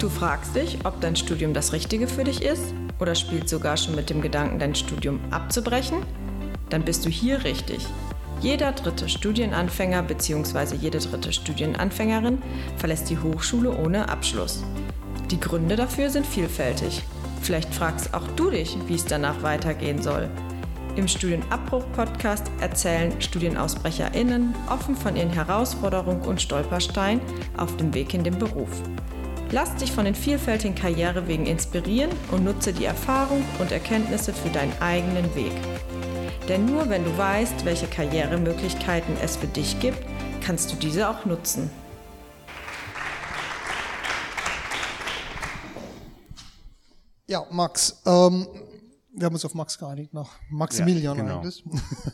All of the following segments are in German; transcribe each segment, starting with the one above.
Du fragst dich, ob dein Studium das Richtige für dich ist oder spielst sogar schon mit dem Gedanken, dein Studium abzubrechen? Dann bist du hier richtig. Jeder dritte Studienanfänger bzw. jede dritte Studienanfängerin verlässt die Hochschule ohne Abschluss. Die Gründe dafür sind vielfältig. Vielleicht fragst auch du dich, wie es danach weitergehen soll. Im Studienabbruch-Podcast erzählen StudienausbrecherInnen offen von ihren Herausforderungen und Stolpersteinen auf dem Weg in den Beruf. Lass dich von den vielfältigen Karrierewegen inspirieren und nutze die Erfahrung und Erkenntnisse für deinen eigenen Weg. Denn nur wenn du weißt, welche Karrieremöglichkeiten es für dich gibt, kannst du diese auch nutzen. Ja, Max, wir haben uns auf Max geeinigt, nach Maximilian ja, genau. eigentlich.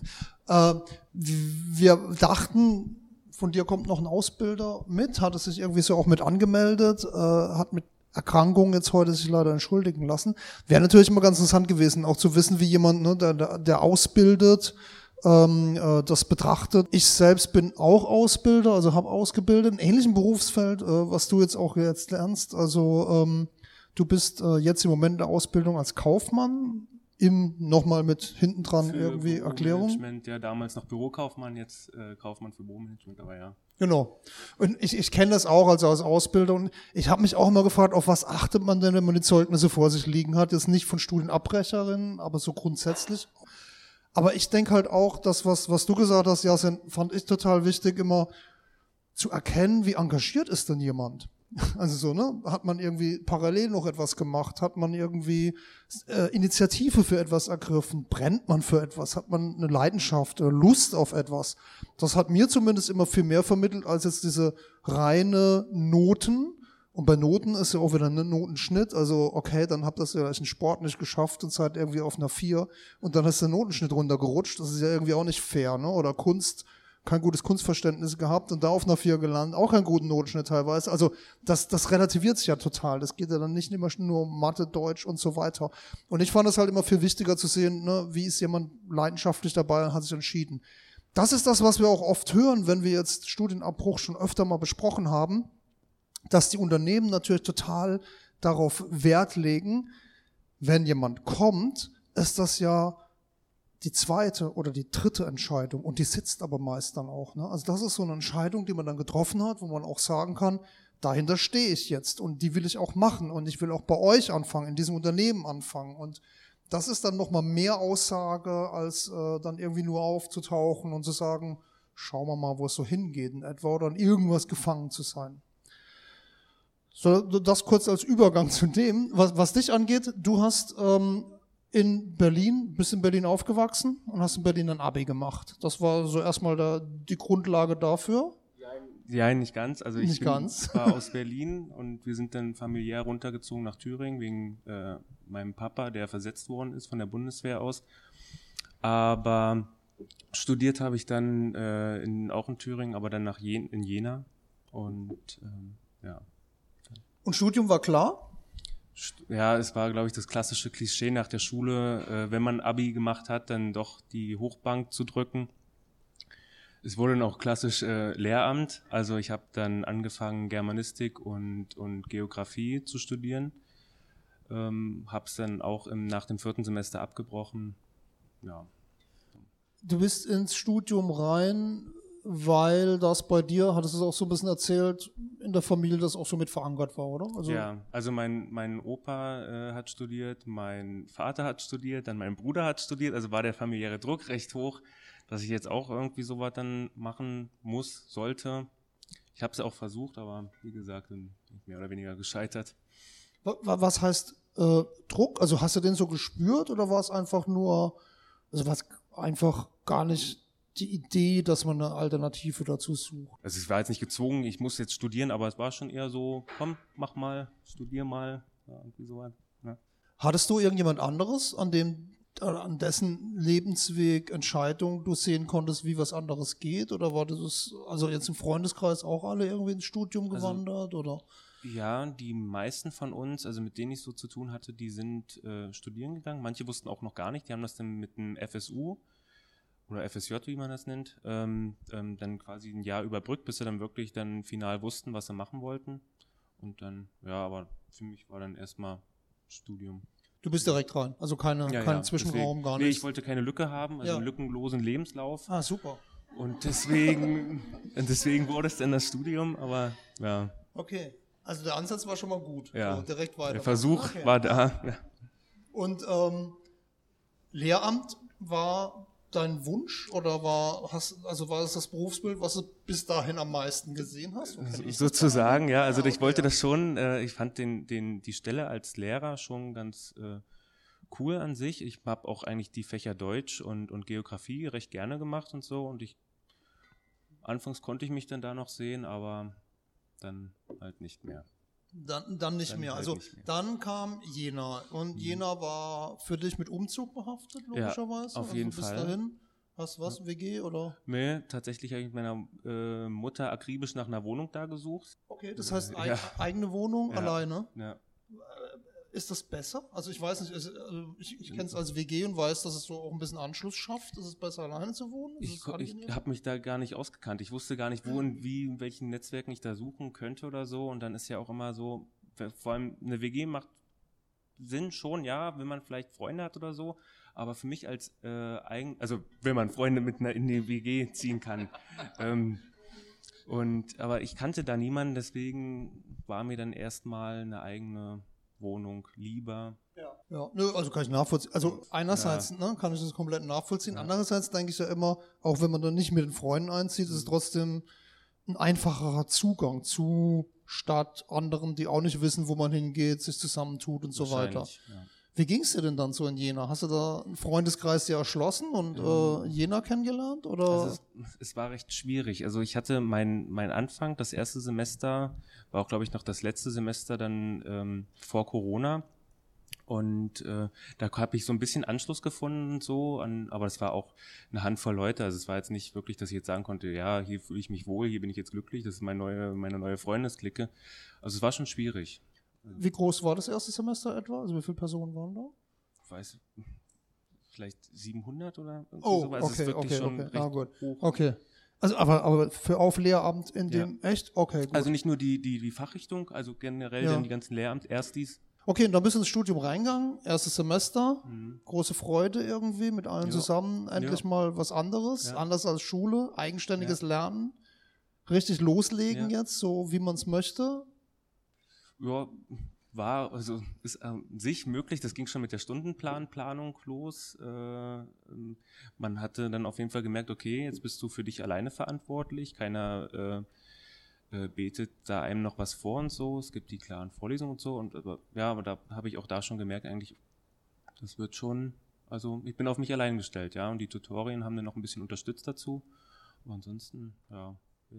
Wir dachten, von dir kommt noch ein Ausbilder mit, hat es sich irgendwie so auch mit angemeldet, hat mit Erkrankungen jetzt heute sich leider entschuldigen lassen. Wäre natürlich immer ganz interessant gewesen, auch zu wissen, wie jemand, ne, der ausbildet, das betrachtet. Ich selbst bin auch Ausbilder, also habe ausgebildet, in ähnlichem Berufsfeld, was du jetzt auch jetzt lernst. Also du bist jetzt im Moment in der Ausbildung als Kaufmann, nochmal mit hinten dran irgendwie Erklärung. Büromanagement, ja, damals noch Bürokaufmann, jetzt Kaufmann für Büromanagement, aber ja. Genau. Und ich kenne das auch also als Ausbilder und ich habe mich auch immer gefragt, auf was achtet man denn, wenn man die Zeugnisse vor sich liegen hat? Jetzt nicht von Studienabbrecherin, aber so grundsätzlich. Aber ich denke halt auch, das, was du gesagt hast, Yasin, fand ich total wichtig, immer zu erkennen, wie engagiert ist denn jemand? Also so, ne? Hat man irgendwie parallel noch etwas gemacht? Hat man irgendwie Initiative für etwas ergriffen? Brennt man für etwas? Hat man eine Leidenschaft oder Lust auf etwas? Das hat mir zumindest immer viel mehr vermittelt als jetzt diese reine Noten. Und bei Noten ist ja auch wieder ein Notenschnitt. Also okay, dann habt ihr es ja vielleicht in Sport nicht geschafft und seid irgendwie auf einer 4 und dann ist der Notenschnitt runtergerutscht. Das ist ja irgendwie auch nicht fair, ne? Oder Kunst, kein gutes Kunstverständnis gehabt und da auf einer 4 gelandet, auch keinen guten Notenschnitt teilweise. Also das relativiert sich ja total. Das geht ja dann nicht immer nur um Mathe, Deutsch und so weiter. Und ich fand es halt immer viel wichtiger zu sehen, ne, wie ist jemand leidenschaftlich dabei und hat sich entschieden. Das ist das, was wir auch oft hören, wenn wir jetzt Studienabbruch schon öfter mal besprochen haben, dass die Unternehmen natürlich total darauf Wert legen, wenn jemand kommt, ist das ja die zweite oder die dritte Entscheidung und die sitzt aber meist dann auch. Ne? Also das ist so eine Entscheidung, die man dann getroffen hat, wo man auch sagen kann, dahinter stehe ich jetzt und die will ich auch machen und ich will auch bei euch anfangen, in diesem Unternehmen anfangen und das ist dann nochmal mehr Aussage, als dann irgendwie nur aufzutauchen und zu sagen, schauen wir mal, wo es so hingeht in etwa oder in irgendwas gefangen zu sein. So, das kurz als Übergang zu dem, was dich angeht. Du hast bist in Berlin aufgewachsen und hast in Berlin ein Abi gemacht. Das war so erstmal die Grundlage dafür. Ja, nicht ganz. Also ich war aus Berlin und wir sind dann familiär runtergezogen nach Thüringen wegen meinem Papa, der versetzt worden ist von der Bundeswehr aus. Aber studiert habe ich dann auch in Thüringen, aber dann in Jena. Und ja. Und Studium war klar? Ja, es war, glaube ich, das klassische Klischee nach der Schule, wenn man Abi gemacht hat, dann doch die Hochbank zu drücken. Es wurde dann auch klassisch Lehramt, also ich habe dann angefangen Germanistik und Geografie zu studieren, habe es dann auch nach dem 4. Semester abgebrochen, ja. Du bist ins Studium rein, weil das bei dir, hattest du es auch so ein bisschen erzählt, in der Familie das auch so mit verankert war, oder? Also ja, also mein Opa hat studiert, mein Vater hat studiert, dann mein Bruder hat studiert, also war der familiäre Druck recht hoch, dass ich jetzt auch irgendwie sowas dann machen sollte. Ich habe es auch versucht, aber wie gesagt, bin ich mehr oder weniger gescheitert. Was heißt Druck? Also hast du den so gespürt oder war es einfach nur, also war es einfach gar nicht die Idee, dass man eine Alternative dazu sucht? Also ich war jetzt nicht gezwungen, ich muss jetzt studieren, aber es war schon eher so, komm, mach mal, studier mal, ja, irgendwie sowas. Ja. Hattest du irgendjemand anderes, an dessen Lebensweg, Entscheidung du sehen konntest, wie was anderes geht? Oder war das, also jetzt im Freundeskreis auch alle irgendwie ins Studium gewandert, oder? Ja, die meisten von uns, also mit denen ich so zu tun hatte, die sind studieren gegangen. Manche wussten auch noch gar nicht, die haben das dann mit einem FSU oder FSJ, wie man das nennt, dann quasi ein Jahr überbrückt, bis sie dann wirklich dann final wussten, was sie machen wollten. Und dann, ja, aber für mich war dann erstmal Studium. Du bist direkt rein, also kein Zwischenraum, deswegen, gar nicht. Nee, ich wollte keine Lücke haben, also einen lückenlosen Lebenslauf. Ah, super. Und deswegen wurde es dann das Studium, aber ja. Okay, also der Ansatz war schon mal gut, Ja. so direkt weiter. Der Versuch war da. Ja. Und Lehramt war dein Wunsch oder war das Berufsbild, was du bis dahin am meisten gesehen hast? Sozusagen, ja. Also ich wollte ja. das schon, ich fand die Stelle als Lehrer schon ganz cool an sich. Ich habe auch eigentlich die Fächer Deutsch und Geografie recht gerne gemacht und so. Und anfangs konnte ich mich dann da noch sehen, aber dann halt nicht mehr. Dann nicht mehr. Halt also nicht mehr. Dann kam Jena und Jena war für dich mit Umzug behaftet, logischerweise. Ja, auf jeden bis Fall. Dahin. Hast du was, WG oder? Nee, tatsächlich habe ich mit meiner Mutter akribisch nach einer Wohnung da gesucht. Okay, das heißt eigene Wohnung alleine. Ja. Ist das besser? Also ich weiß nicht, ich kenne es als WG und weiß, dass es so auch ein bisschen Anschluss schafft. Ist es besser, alleine zu wohnen? Ich habe mich da gar nicht ausgekannt. Ich wusste gar nicht, wo und wie, in welchen Netzwerken ich da suchen könnte oder so. Und dann ist ja auch immer so, vor allem eine WG macht Sinn schon, ja, wenn man vielleicht Freunde hat oder so. Aber für mich als also wenn man Freunde in die WG ziehen kann. Aber ich kannte da niemanden, deswegen war mir dann erstmal eine eigene Wohnung lieber. Ja, also kann ich nachvollziehen. Also einerseits kann ich das komplett nachvollziehen. Ja. Andererseits denke ich ja immer, auch wenn man dann nicht mit den Freunden einzieht, ist es trotzdem ein einfacherer Zugang zu Stadt, anderen, die auch nicht wissen, wo man hingeht, sich zusammentut und so weiter. Ja. Wie ging es dir denn dann so in Jena? Hast du da einen Freundeskreis dir erschlossen und Jena kennengelernt? Oder? Also es war recht schwierig. Also ich hatte mein Anfang, das erste Semester, war auch glaube ich noch das letzte Semester dann vor Corona. Und da habe ich so ein bisschen Anschluss gefunden, aber es war auch eine Handvoll Leute. Also es war jetzt nicht wirklich, dass ich jetzt sagen konnte, ja, hier fühle ich mich wohl, hier bin ich jetzt glücklich, das ist meine neue Freundesklicke. Also es war schon schwierig. Wie groß war das erste Semester etwa? Also wie viele Personen waren da? Ich weiß, vielleicht 700 oder irgendwie sowas. Okay, ist wirklich schon recht gut. hoch. Okay. Also aber auf Lehramt in dem, echt? Okay, gut. Also nicht nur die Fachrichtung, also generell dann die ganzen Erstis. Okay, und dann bist du ins Studium reingegangen, erstes Semester, große Freude irgendwie, mit allen zusammen, endlich mal was anderes, anders als Schule, eigenständiges Lernen, richtig loslegen jetzt, so wie man es möchte. Ja, ist an sich möglich, das ging schon mit der Stundenplanung los. Man hatte dann auf jeden Fall gemerkt, okay, jetzt bist du für dich alleine verantwortlich, keiner betet da einem noch was vor und so, es gibt die klaren Vorlesungen und so, aber da habe ich auch da schon gemerkt, eigentlich, das wird schon, also ich bin auf mich allein gestellt, ja, und die Tutorien haben dann noch ein bisschen unterstützt dazu, aber ansonsten, ja.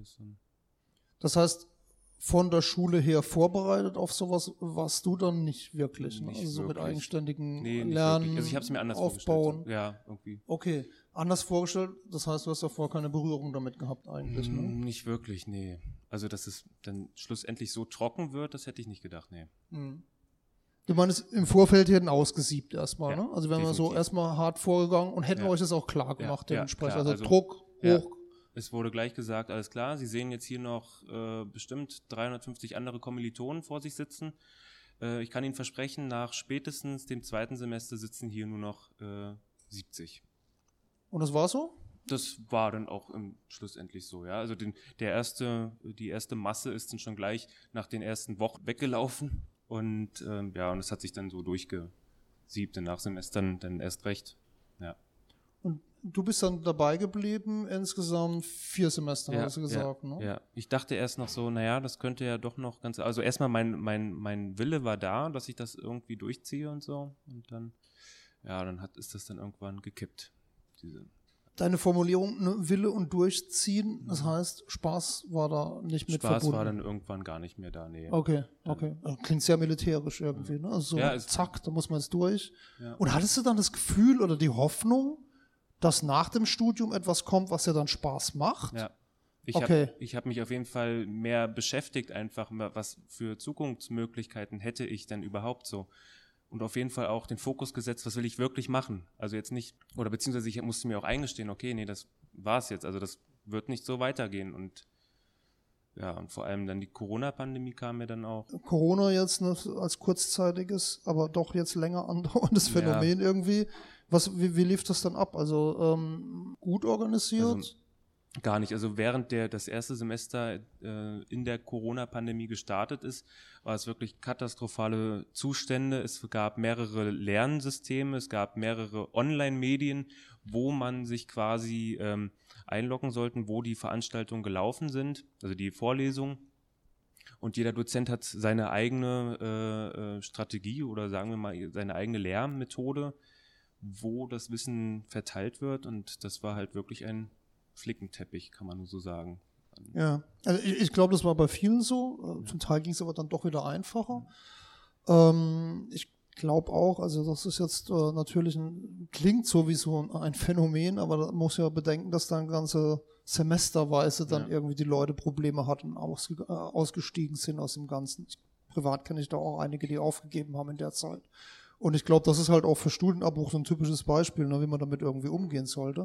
Das heißt, von der Schule her vorbereitet auf sowas warst du dann nicht wirklich, ne? Also so mit eigenständigen Lernen, also ich habe es mir anders aufbauen. vorgestellt. Ja, irgendwie. Okay, anders vorgestellt, das heißt, du hast davor keine Berührung damit gehabt eigentlich, ne? Nicht wirklich, nee. Also, dass es dann schlussendlich so trocken wird, das hätte ich nicht gedacht, nee. Du meinst, im Vorfeld hätten ausgesiebt erstmal, ne? Also wenn wir definitiv. so erstmal hart vorgegangen und hätten euch das auch klar gemacht, dementsprechend. Klar. Also Druck hoch. Es wurde gleich gesagt, alles klar, Sie sehen jetzt hier noch bestimmt 350 andere Kommilitonen vor sich sitzen. Ich kann Ihnen versprechen, nach spätestens dem zweiten Semester sitzen hier nur noch 70. Und das war so? Das war dann auch schlussendlich so, ja. Also die erste Masse ist dann schon gleich nach den ersten Wochen weggelaufen und und es hat sich dann so durchgesiebt, nach Semestern dann erst recht, ja. Und du bist dann dabei geblieben, insgesamt 4 Semester, hast du gesagt, ne? Ja, ich dachte erst noch so, das könnte ja doch noch also erstmal mein Wille war da, dass ich das irgendwie durchziehe und so und dann, ist das dann irgendwann gekippt, Deine Formulierung, ne, Wille und Durchziehen, das heißt, Spaß war da nicht mit verbunden? Spaß war dann irgendwann gar nicht mehr da, nee. Okay. Klingt sehr militärisch irgendwie, ne? Also zack, da muss man jetzt durch. Ja. Und hattest du dann das Gefühl oder die Hoffnung, dass nach dem Studium etwas kommt, was dir dann Spaß macht? Ja. Ich habe mich auf jeden Fall mehr beschäftigt einfach, was für Zukunftsmöglichkeiten hätte ich denn überhaupt so. Und auf jeden Fall auch den Fokus gesetzt, was will ich wirklich machen? Also jetzt nicht, oder beziehungsweise ich musste mir auch eingestehen, okay, nee, das war's jetzt, also das wird nicht so weitergehen. Und Ja, und vor allem dann die Corona-Pandemie kam ja dann auch. Corona jetzt als kurzzeitiges, aber doch jetzt länger andauerndes Phänomen irgendwie. Wie lief das dann ab? Also gut organisiert? Also, gar nicht. Also während das erste Semester in der Corona-Pandemie gestartet ist, war es wirklich katastrophale Zustände. Es gab mehrere Lernsysteme, es gab mehrere Online-Medien, wo man sich quasi einloggen sollte, wo die Veranstaltungen gelaufen sind, also die Vorlesungen. Und jeder Dozent hat seine eigene Strategie oder sagen wir mal seine eigene Lehrmethode, wo das Wissen verteilt wird. Und das war halt wirklich ein Flickenteppich, kann man nur so sagen. Ja, also ich glaube, das war bei vielen so. Zum Teil ging es aber dann doch wieder einfacher. Ich glaube auch, also das ist jetzt natürlich klingt so wie so ein Phänomen, aber da muss ja bedenken, dass dann ganze semesterweise dann irgendwie die Leute Probleme hatten, ausgestiegen sind aus dem Ganzen. Privat kenne ich da auch einige, die aufgegeben haben in der Zeit. Und ich glaube, das ist halt auch für Studienabbruch so ein typisches Beispiel, ne, wie man damit irgendwie umgehen sollte.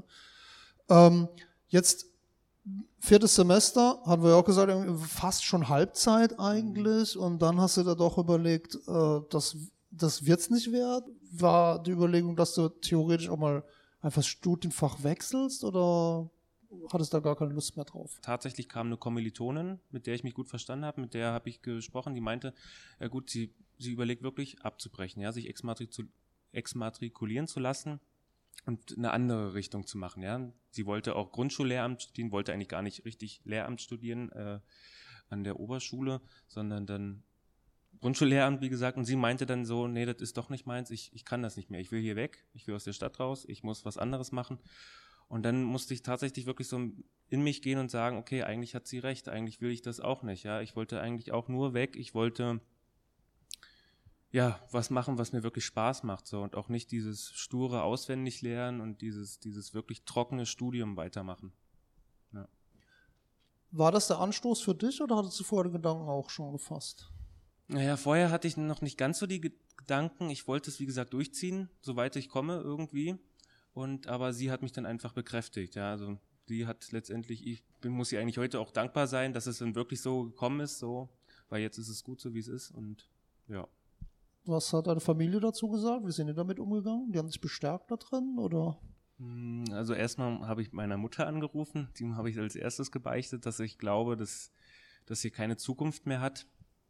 Jetzt 4. Semester, hatten wir ja auch gesagt, fast schon Halbzeit eigentlich. Und dann hast du da doch überlegt, das wird's nicht werden. War die Überlegung, dass du theoretisch auch mal einfach das Studienfach wechselst oder hattest da gar keine Lust mehr drauf? Tatsächlich kam eine Kommilitonin, mit der ich mich gut verstanden habe, mit der habe ich gesprochen, die meinte, ja gut, sie überlegt wirklich abzubrechen, ja, sich exmatrikulieren zu lassen und eine andere Richtung zu machen, ja. Sie wollte auch Grundschullehramt studieren, wollte eigentlich gar nicht richtig Lehramt studieren an der Oberschule, sondern dann Grundschullehramt, wie gesagt, und sie meinte dann so, nee, das ist doch nicht meins, ich kann das nicht mehr, ich will hier weg, ich will aus der Stadt raus, ich muss was anderes machen. Und dann musste ich tatsächlich wirklich so in mich gehen und sagen, okay, eigentlich hat sie recht, eigentlich will ich das auch nicht, ja. Ich wollte eigentlich auch nur weg, ich wollte ja, was machen, was mir wirklich Spaß macht, so, und auch nicht dieses sture Auswendiglernen und dieses wirklich trockene Studium weitermachen. Ja. War das der Anstoß für dich oder hattest du vorher den Gedanken auch schon gefasst? Naja, vorher hatte ich noch nicht ganz so die Gedanken. Ich wollte es, wie gesagt, durchziehen, soweit ich komme irgendwie. Aber sie hat mich dann einfach bekräftigt. Ja, also sie hat letztendlich, muss ihr eigentlich heute auch dankbar sein, dass es dann wirklich so gekommen ist, so, weil jetzt ist es gut so, wie es ist, und ja. Was hat deine Familie dazu gesagt? Wie sind die damit umgegangen? Die haben sich bestärkt da drin, oder? Also erstmal habe ich meiner Mutter angerufen, die habe ich als erstes gebeichtet, dass ich glaube, dass sie keine Zukunft mehr hat.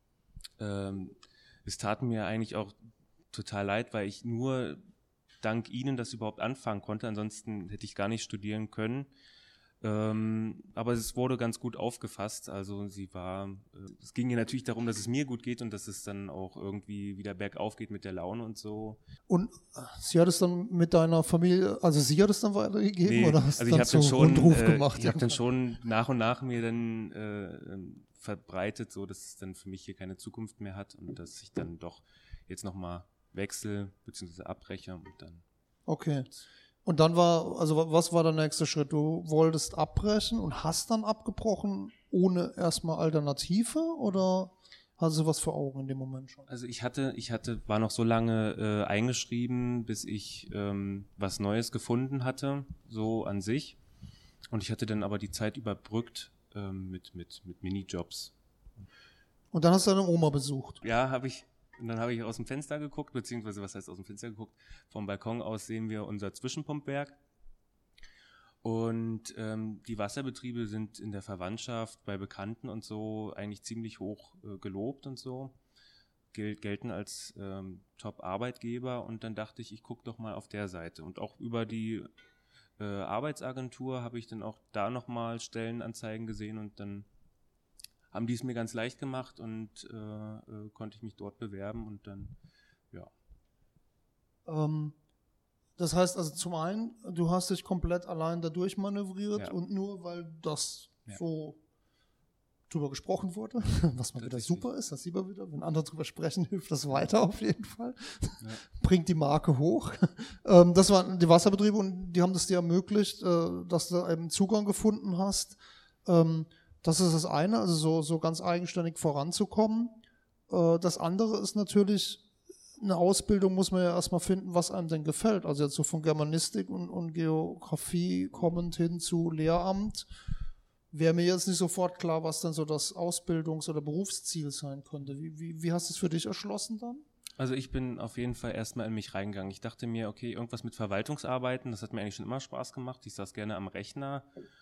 Es tat mir eigentlich auch total leid, weil ich nur dank ihnen das überhaupt anfangen konnte, ansonsten hätte ich gar nicht studieren können. Aber es wurde ganz gut aufgefasst, also es ging ihr natürlich darum, dass es mir gut geht und dass es dann auch irgendwie wieder bergauf geht mit der Laune und so. Und sie hat es dann mit deiner Familie, also sie hat es dann weitergegeben, nee, oder hast also du dann so Rundruf gemacht? Ich habe dann schon nach und nach mir dann verbreitet, so dass es dann für mich hier keine Zukunft mehr hat und dass ich dann doch jetzt nochmal wechsle bzw. abbreche und dann. Okay. Und dann was war der nächste Schritt? Du wolltest abbrechen und hast dann abgebrochen ohne erstmal Alternative oder hast du was vor Augen in dem Moment schon? Also war noch so lange eingeschrieben, bis ich was Neues gefunden hatte, so an sich. Und ich hatte dann aber die Zeit überbrückt mit Minijobs. Und dann hast du deine Oma besucht? Ja, habe ich. Und dann habe ich aus dem Fenster geguckt, beziehungsweise was heißt aus dem Fenster geguckt? Vom Balkon aus sehen wir unser Zwischenpumpwerk. Und die Wasserbetriebe sind in der Verwandtschaft, bei Bekannten und so eigentlich ziemlich hoch gelobt und so. Gelten als Top-Arbeitgeber. Und dann dachte ich gucke doch mal auf der Seite. Und auch über die Arbeitsagentur habe ich dann auch da nochmal Stellenanzeigen gesehen und dann haben die es mir ganz leicht gemacht und konnte ich mich dort bewerben und dann, ja. Das heißt also zum einen, du hast dich komplett allein da durchmanövriert, ja. Und nur weil das so drüber gesprochen wurde, was mal wieder super ist, das sieht man wieder, wenn andere drüber sprechen, hilft das weiter auf jeden Fall, bringt die Marke hoch. Das waren die Wasserbetriebe und die haben das dir ermöglicht, dass du eben Zugang gefunden hast. Das ist das eine, also so ganz eigenständig voranzukommen. Das andere ist natürlich, eine Ausbildung muss man ja erstmal finden, was einem denn gefällt. Also jetzt so von Germanistik und Geografie kommend hin zu Lehramt. wäre mir jetzt nicht sofort klar, was dann so das Ausbildungs- oder Berufsziel sein könnte. Wie hast du es für dich erschlossen dann? Also ich bin auf jeden Fall erstmal in mich reingegangen. Ich dachte mir, okay, irgendwas mit Verwaltungsarbeiten, das hat mir eigentlich schon immer Spaß gemacht. Ich saß gerne am Rechner,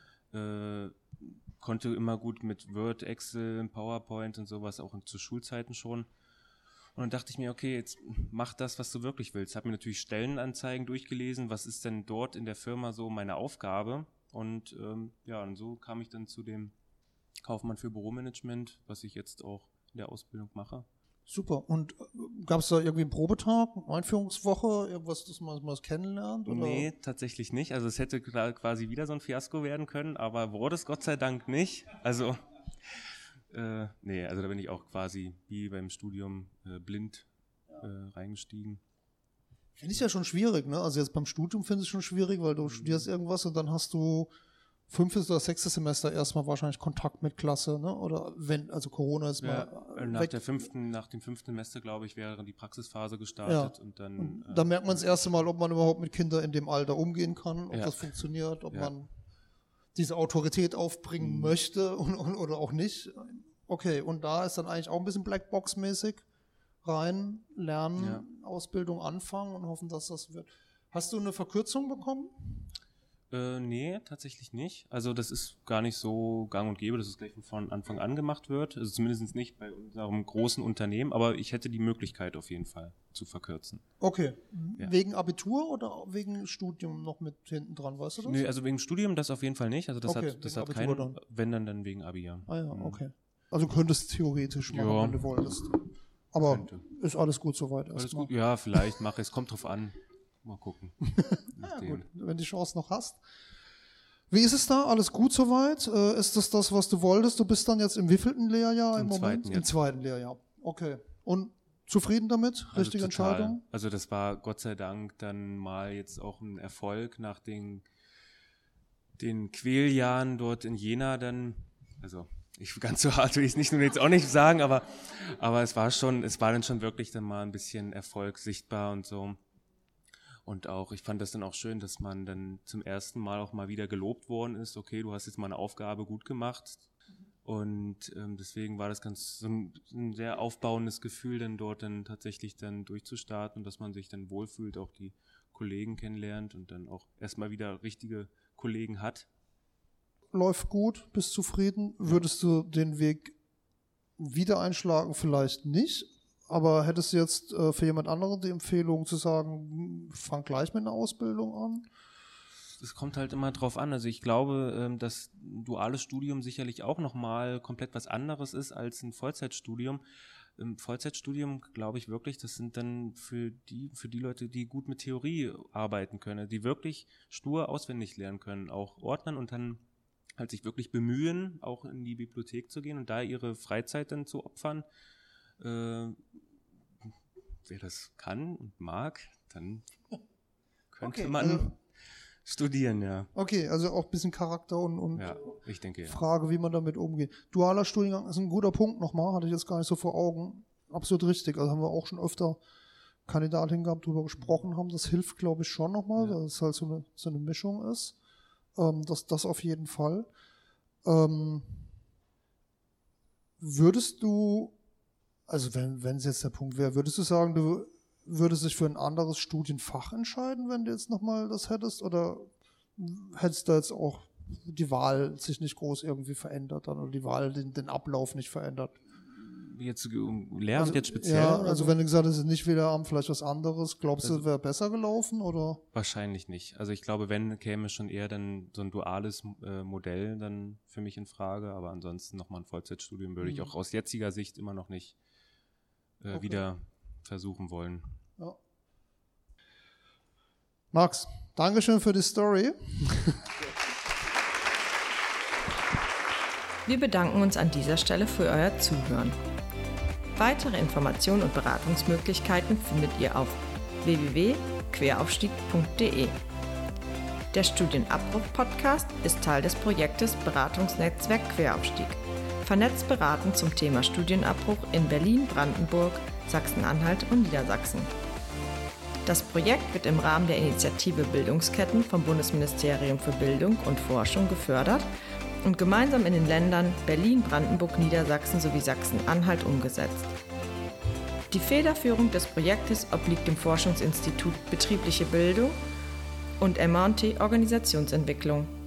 konnte immer gut mit Word, Excel, PowerPoint und sowas, auch zu Schulzeiten schon. Und dann dachte ich mir, okay, jetzt mach das, was du wirklich willst. Habe mir natürlich Stellenanzeigen durchgelesen, was ist denn dort in der Firma so meine Aufgabe? Und und so kam ich dann zu dem Kaufmann für Büromanagement, was ich jetzt auch in der Ausbildung mache. Super. Und gab es da irgendwie einen Probetag, eine Einführungswoche, irgendwas, dass man das kennenlernt? Oder? Nee, tatsächlich nicht. Also es hätte quasi wieder so ein Fiasko werden können, aber wurde es Gott sei Dank nicht. Also also da bin ich auch quasi wie beim Studium blind reingestiegen. Finde ich ja schon schwierig, ne? Also jetzt beim Studium finde ich es schon schwierig, weil du studierst irgendwas und dann hast du 5. oder 6. Semester erstmal wahrscheinlich Kontakt mit Klasse, ne? Oder also Corona ist mal nach dem 5. Semester, glaube ich, wäre die Praxisphase gestartet und dann. Da merkt man das erste Mal, ob man überhaupt mit Kindern in dem Alter umgehen kann, ob das funktioniert, ob man diese Autorität aufbringen möchte oder auch nicht. Okay, und da ist dann eigentlich auch ein bisschen Blackbox-mäßig rein, lernen, Ausbildung anfangen und hoffen, dass das wird. Hast du eine Verkürzung bekommen? Nee, tatsächlich nicht. Also das ist gar nicht so gang und gäbe, dass es gleich von Anfang an gemacht wird. Also zumindest nicht bei unserem großen Unternehmen, aber ich hätte die Möglichkeit auf jeden Fall zu verkürzen. Okay. Ja. Wegen Abitur oder wegen Studium noch mit hinten dran, weißt du das? Nee, also wegen Studium das auf jeden Fall nicht. Also das hat keinen, wenn dann wegen Abi, ja. Ah ja, okay. Also könntest du theoretisch machen, wenn du wolltest. Aber ist alles gut soweit erstmal. Alles gut, ja, vielleicht mache ich es, kommt drauf an. Mal gucken. Ja, gut, wenn die Chance noch hast. Wie ist es da? Alles gut soweit? Ist das, was du wolltest? Du bist dann jetzt im wievielten Lehrjahr im Moment? Im zweiten Lehrjahr. Okay. Und zufrieden damit? Richtige Entscheidung? Also das war Gott sei Dank dann mal jetzt auch ein Erfolg nach den Quäljahren dort in Jena dann. Also ganz so hart will ich es nicht nur jetzt auch nicht sagen, aber es war dann schon wirklich dann mal ein bisschen Erfolg sichtbar und so. Und auch, ich fand das dann auch schön, dass man dann zum ersten Mal auch mal wieder gelobt worden ist. Okay, du hast jetzt mal eine Aufgabe gut gemacht. Und deswegen war das so ein sehr aufbauendes Gefühl, dann dort dann tatsächlich dann durchzustarten und dass man sich dann wohlfühlt, auch die Kollegen kennenlernt und dann auch erstmal wieder richtige Kollegen hat. Läuft gut, bist zufrieden. Würdest du den Weg wieder einschlagen? Vielleicht nicht. Aber hättest du jetzt für jemand anderen die Empfehlung zu sagen, fang gleich mit einer Ausbildung an? Es kommt halt immer drauf an. Also ich glaube, dass duales Studium sicherlich auch nochmal komplett was anderes ist als ein Vollzeitstudium. Im Vollzeitstudium glaube ich wirklich, das sind dann für die Leute, die gut mit Theorie arbeiten können, die wirklich stur auswendig lernen können, auch ordnen und dann halt sich wirklich bemühen, auch in die Bibliothek zu gehen und da ihre Freizeit dann zu opfern. Wer das kann und mag, dann könnte man studieren, ja. Okay, also auch ein bisschen Charakter und ja, ich denke, Frage, wie man damit umgeht. Dualer Studiengang ist ein guter Punkt nochmal, hatte ich jetzt gar nicht so vor Augen. Absolut richtig, also haben wir auch schon öfter Kandidaten gehabt, drüber gesprochen haben. Das hilft, glaube ich, schon nochmal, weil es halt so eine Mischung ist. Das auf jeden Fall. Würdest du, also wenn es jetzt der Punkt wäre, würdest du sagen, du würdest dich für ein anderes Studienfach entscheiden, wenn du jetzt nochmal das hättest? Oder hättest du jetzt auch die Wahl sich nicht groß irgendwie verändert dann, oder die Wahl den Ablauf nicht verändert? Jetzt Lehramt also, jetzt speziell? Ja, also wenn du gesagt hast, nicht Lehramt, vielleicht was anderes, glaubst du, wäre besser gelaufen, oder? Wahrscheinlich nicht. Also ich glaube, wenn, käme schon eher dann so ein duales Modell dann für mich in Frage, aber ansonsten nochmal ein Vollzeitstudium würde ich auch aus jetziger Sicht immer noch nicht wieder versuchen wollen. Ja. Max, Dankeschön für die Story. Wir bedanken uns an dieser Stelle für euer Zuhören. Weitere Informationen und Beratungsmöglichkeiten findet ihr auf www.queraufstieg.de. Der Studienabbruch-Podcast ist Teil des Projektes Beratungsnetzwerk Queraufstieg. Vernetzt beraten zum Thema Studienabbruch in Berlin, Brandenburg, Sachsen-Anhalt und Niedersachsen. Das Projekt wird im Rahmen der Initiative Bildungsketten vom Bundesministerium für Bildung und Forschung gefördert und gemeinsam in den Ländern Berlin, Brandenburg, Niedersachsen sowie Sachsen-Anhalt umgesetzt. Die Federführung des Projektes obliegt dem Forschungsinstitut Betriebliche Bildung und M&T Organisationsentwicklung.